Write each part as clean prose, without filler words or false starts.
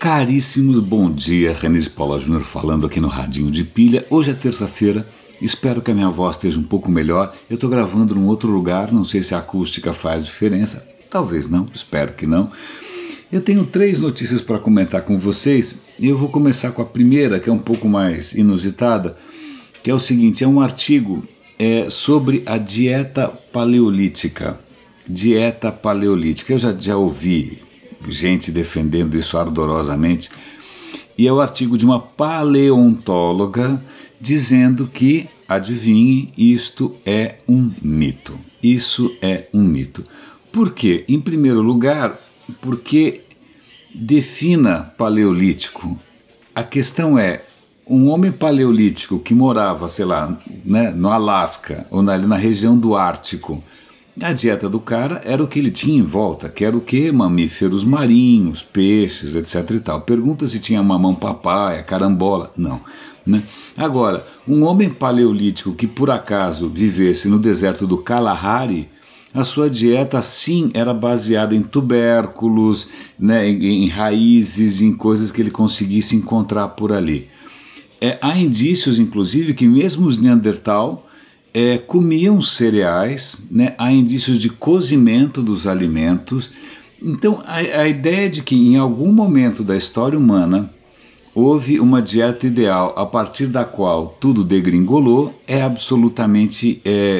Caríssimos, bom dia, René de Paula Júnior falando aqui no Radinho de Pilha. Hoje é terça-feira, espero que a minha voz esteja um pouco melhor. Eu estou gravando num outro lugar, não sei se a acústica faz diferença, talvez não, espero que não. Eu tenho 3 notícias para comentar com vocês e eu vou começar com a primeira, que é um pouco mais inusitada, que é o seguinte, é um artigo sobre a dieta paleolítica. Dieta paleolítica, eu já ouvi gente defendendo isso ardorosamente, e é o artigo de uma paleontóloga dizendo que, adivinhe, isto é um mito. Isso é um mito. Por quê? Em primeiro lugar, porque defina paleolítico. A questão é, um homem paleolítico que morava, sei lá, né, no Alasca ou ali na região do Ártico, a dieta do cara era o que ele tinha em volta, que era o quê? Mamíferos marinhos, peixes, etc e tal. Pergunta se tinha mamão papaya, carambola. Não. Né? Agora, um homem paleolítico que por acaso vivesse no deserto do Kalahari, a sua dieta sim era baseada em tubérculos, né, em raízes, em coisas que ele conseguisse encontrar por ali. Há indícios, inclusive, que mesmo os Neandertal comiam cereais, né? Há indícios de cozimento dos alimentos. Então, a ideia de que em algum momento da história humana houve uma dieta ideal a partir da qual tudo degringolou é absolutamente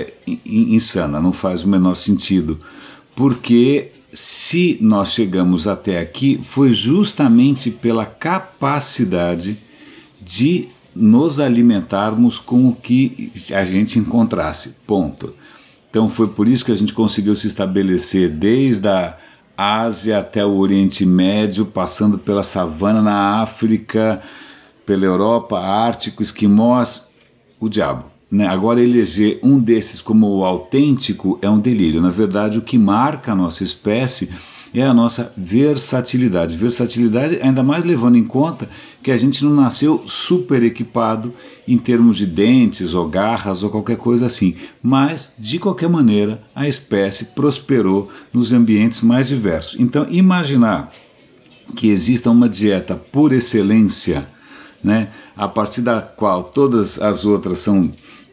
insana, não faz o menor sentido, porque se nós chegamos até aqui foi justamente pela capacidade de nos alimentarmos com o que a gente encontrasse, ponto. Então foi por isso que a gente conseguiu se estabelecer desde a Ásia até o Oriente Médio, passando pela savana na África, pela Europa, Ártico, esquimós, o diabo. Né? Agora eleger um desses como o autêntico é um delírio. Na verdade, o que marca a nossa espécie é a nossa versatilidade. Versatilidade ainda mais levando em conta que a gente não nasceu super equipado em termos de dentes ou garras ou qualquer coisa assim, mas de qualquer maneira a espécie prosperou nos ambientes mais diversos. Então imaginar que exista uma dieta por excelência, né, a partir da qual todas as outras são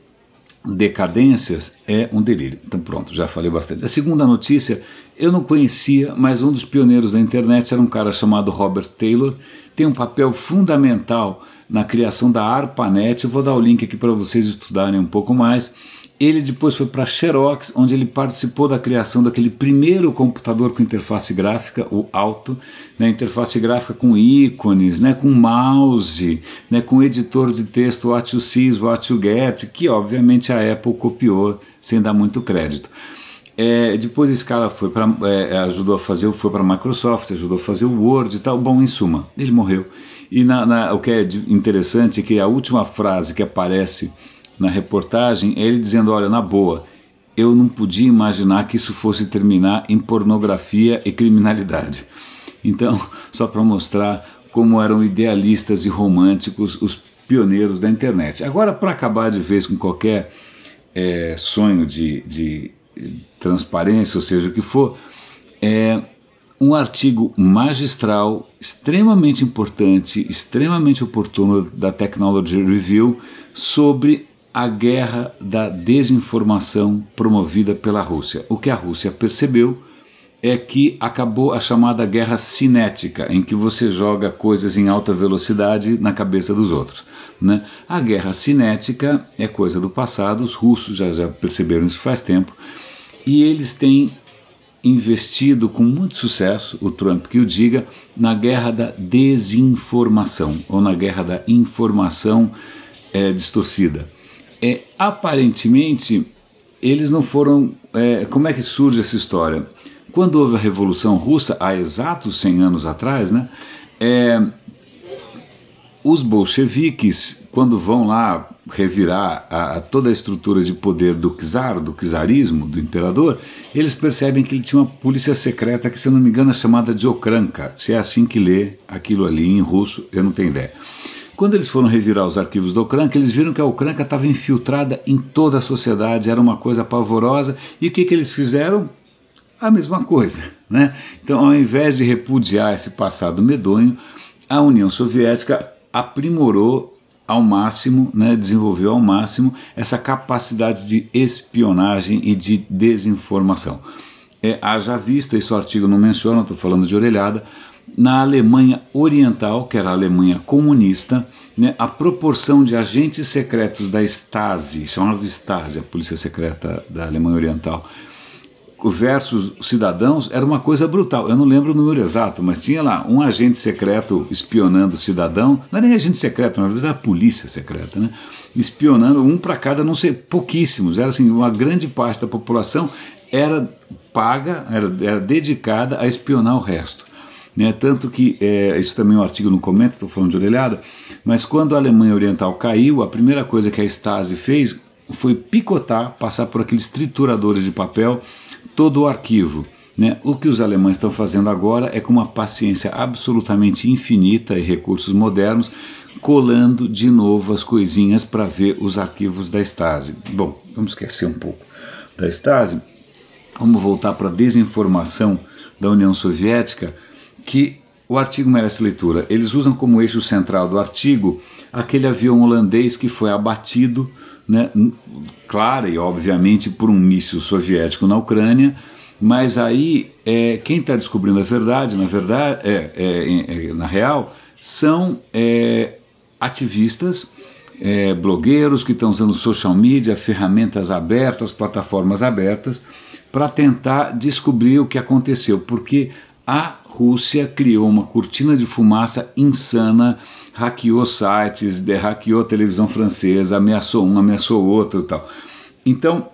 decadências, é um delírio. Então pronto, já falei bastante. A segunda notícia eu não conhecia, mas um dos pioneiros da internet era um cara chamado Robert Taylor, tem um papel fundamental na criação da ARPANET. Eu vou dar o link aqui para vocês estudarem um pouco mais. Ele depois foi para a Xerox, onde ele participou da criação daquele primeiro computador com interface gráfica, o Alto, né, interface gráfica com ícones, né, com mouse, né, com editor de texto what you see is what you get, que obviamente a Apple copiou sem dar muito crédito. Depois esse cara foi ajudou a fazer, foi para a Microsoft, ajudou a fazer o Word e tal. Bom, em suma, ele morreu. E o que é interessante é que a última frase que aparece na reportagem é ele dizendo, olha, na boa, eu não podia imaginar que isso fosse terminar em pornografia e criminalidade. Então, só para mostrar como eram idealistas e românticos os pioneiros da internet. Agora, para acabar de vez com qualquer sonho de transparência, ou seja, o que for, um artigo magistral, extremamente importante, extremamente oportuno da Technology Review sobre a guerra da desinformação promovida pela Rússia. O que a Rússia percebeu é que acabou a chamada guerra cinética, em que você joga coisas em alta velocidade na cabeça dos outros. Né? A guerra cinética é coisa do passado, os russos já perceberam isso faz tempo, e eles têm investido com muito sucesso, o Trump que o diga, na guerra da desinformação, ou na guerra da informação distorcida. Aparentemente, eles não foram... como é que surge essa história? Quando houve a Revolução Russa, há exatos 100 anos atrás, né, os bolcheviques, quando vão lá revirar toda a estrutura de poder do czar, do czarismo, do imperador, eles percebem que ele tinha uma polícia secreta que, se eu não me engano, é chamada de Okranka. Se é assim que lê aquilo ali em russo, eu não tenho ideia. Quando eles foram revirar os arquivos da Okranka, eles viram que a Okranka estava infiltrada em toda a sociedade, era uma coisa pavorosa, e o que eles fizeram? A mesma coisa, né? Então, ao invés de repudiar esse passado medonho, a União Soviética aprimorou ao máximo, né, desenvolveu ao máximo essa capacidade de espionagem e de desinformação. Haja vista, esse artigo não menciona, estou falando de orelhada, na Alemanha Oriental, que era a Alemanha comunista, né, a proporção de agentes secretos da Stasi, chamava Stasi, a polícia secreta da Alemanha Oriental, versus cidadãos, era uma coisa brutal. Eu não lembro o número exato, mas tinha lá um agente secreto espionando o cidadão, não era nem agente secreto, na verdade era a polícia secreta, né? Espionando um para cada, não sei, pouquíssimos, era assim, uma grande parte da população era paga, era dedicada a espionar o resto. Né? Tanto que, isso também o artigo não comenta, estou falando de orelhada, mas quando a Alemanha Oriental caiu, a primeira coisa que a Stasi fez foi picotar, passar por aqueles trituradores de papel, todo o arquivo. Né? O que os alemães estão fazendo agora é com uma paciência absolutamente infinita e recursos modernos, colando de novo as coisinhas para ver os arquivos da Stasi. Bom, vamos esquecer um pouco da Stasi, vamos voltar para a desinformação da União Soviética, que o artigo merece leitura. Eles usam como eixo central do artigo aquele avião holandês que foi abatido, né, clara e obviamente por um míssil soviético na Ucrânia, mas aí quem está descobrindo a verdade, na real, são ativistas, blogueiros que estão usando social media, ferramentas abertas, plataformas abertas, para tentar descobrir o que aconteceu, porque a Rússia criou uma cortina de fumaça insana, hackeou sites, hackeou a televisão francesa, ameaçou um, ameaçou outro e tal. Então,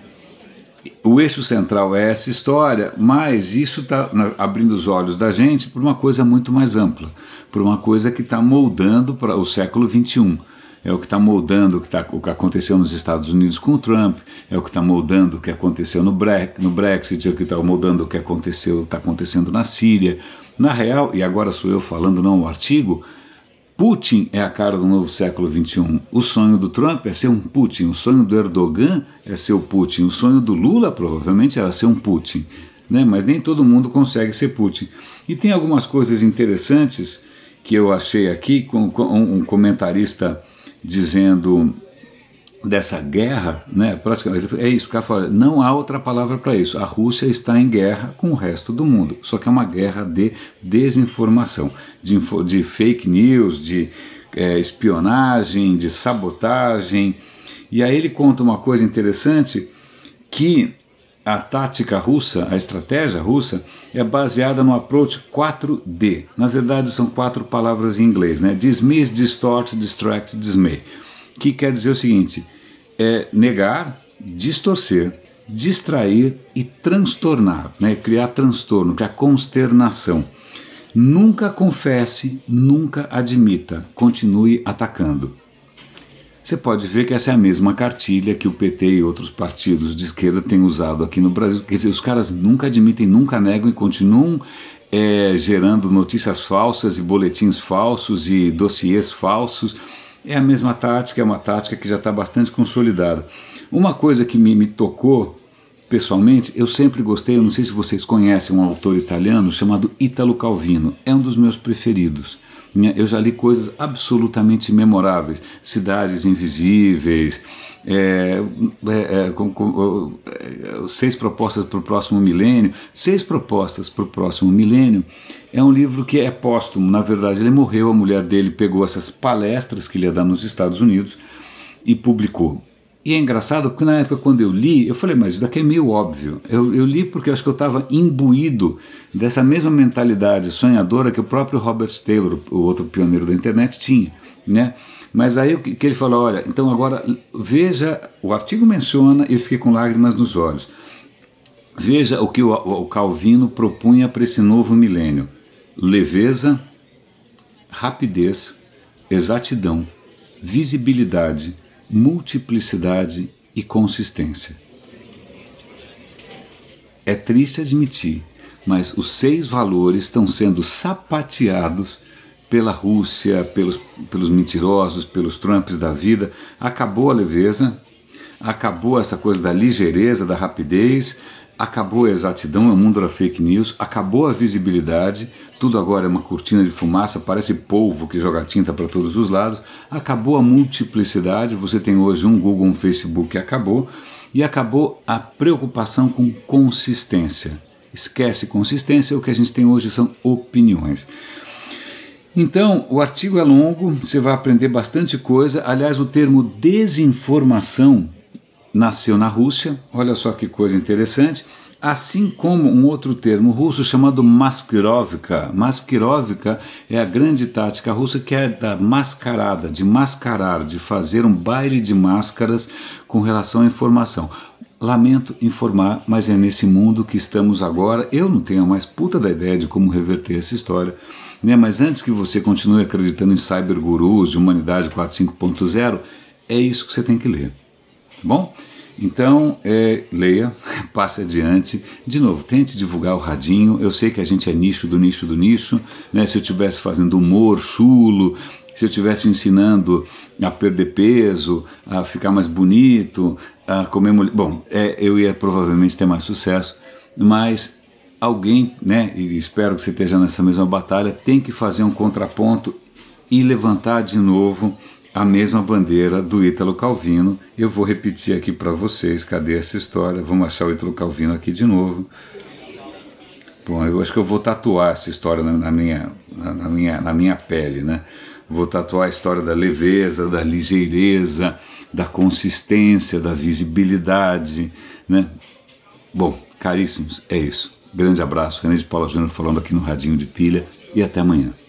o eixo central é essa história, mas isso está abrindo os olhos da gente para uma coisa muito mais ampla, para uma coisa que está moldando para o século XXI. É o que está moldando o que aconteceu nos Estados Unidos com o Trump, é o que está moldando o que aconteceu no Brexit, é o que está moldando o que está acontecendo na Síria. Na real, e agora sou eu falando, não o artigo, Putin é a cara do novo século XXI. O sonho do Trump é ser um Putin, o sonho do Erdogan é ser o Putin, o sonho do Lula provavelmente era ser um Putin, né? Mas nem todo mundo consegue ser Putin. E tem algumas coisas interessantes que eu achei aqui, com um comentarista dizendo dessa guerra, né, praticamente, é isso, o cara fala, não há outra palavra para isso, a Rússia está em guerra com o resto do mundo, só que é uma guerra de desinformação, de fake news, de espionagem, de sabotagem, e aí ele conta uma coisa interessante, que a tática russa, a estratégia russa, é baseada no approach 4D. Na verdade, são 4 palavras em inglês, né? Dismiss, distort, distract, dismay. Que quer dizer o seguinte, negar, distorcer, distrair e transtornar, né? Criar transtorno, criar consternação. Nunca confesse, nunca admita, continue atacando. Você pode ver que essa é a mesma cartilha que o PT e outros partidos de esquerda têm usado aqui no Brasil. Quer dizer, os caras nunca admitem, nunca negam e continuam gerando notícias falsas e boletins falsos e dossiês falsos. É a mesma tática, é uma tática que já está bastante consolidada. Uma coisa que me tocou pessoalmente, eu sempre gostei, eu não sei se vocês conhecem um autor italiano chamado Italo Calvino, é um dos meus preferidos. Eu já li coisas absolutamente memoráveis, Cidades Invisíveis, 6 propostas para o próximo milênio. 6 propostas para o próximo milênio é um livro que é póstumo, na verdade ele morreu, a mulher dele pegou essas palestras que ele ia dar nos Estados Unidos e publicou. E é engraçado porque na época quando eu li, eu falei, mas isso daqui é meio óbvio. Eu li porque eu acho que eu estava imbuído dessa mesma mentalidade sonhadora que o próprio Robert Taylor, o outro pioneiro da internet, tinha, né? Mas aí que ele falou, olha, então agora veja, o artigo menciona e eu fiquei com lágrimas nos olhos. Veja o que o Calvino propunha para esse novo milênio. Leveza, rapidez, exatidão, visibilidade, multiplicidade e consistência. É triste admitir, mas os 6 valores estão sendo sapateados pela Rússia, pelos mentirosos, pelos Trumps da vida. Acabou a leveza, acabou essa coisa da ligeireza, da rapidez, acabou a exatidão, é o mundo da fake news, acabou a visibilidade, tudo agora é uma cortina de fumaça, parece polvo que joga tinta para todos os lados, acabou a multiplicidade, você tem hoje um Google, um Facebook que acabou, e acabou a preocupação com consistência. Esquece consistência, o que a gente tem hoje são opiniões. Então, o artigo é longo, você vai aprender bastante coisa. Aliás, o termo desinformação nasceu na Rússia, olha só que coisa interessante, assim como um outro termo russo chamado maskirovka. Maskirovka é a grande tática russa que é da mascarada, de mascarar, de fazer um baile de máscaras com relação à informação. Lamento informar, mas é nesse mundo que estamos agora. Eu não tenho a mais puta da ideia de como reverter essa história, né? Mas antes que você continue acreditando em cybergurus, de humanidade 4.5.0, é isso que você tem que ler, tá bom? Então, leia, passe adiante. De novo, tente divulgar o radinho. Eu sei que a gente é nicho do nicho do nicho, né? Se eu estivesse fazendo humor chulo, se eu estivesse ensinando a perder peso, a ficar mais bonito, a comer mulher, bom, eu ia provavelmente ter mais sucesso, mas alguém, né, e espero que você esteja nessa mesma batalha, tem que fazer um contraponto e levantar de novo a mesma bandeira do Ítalo Calvino. Eu vou repetir aqui para vocês, cadê essa história? Vamos achar o Ítalo Calvino aqui de novo. Bom, eu acho que eu vou tatuar essa história na minha pele, né? Vou tatuar a história da leveza, da ligeireza, da consistência, da visibilidade, né? Bom, caríssimos, é isso. Grande abraço, René de Paula Júnior falando aqui no Radinho de Pilha e até amanhã.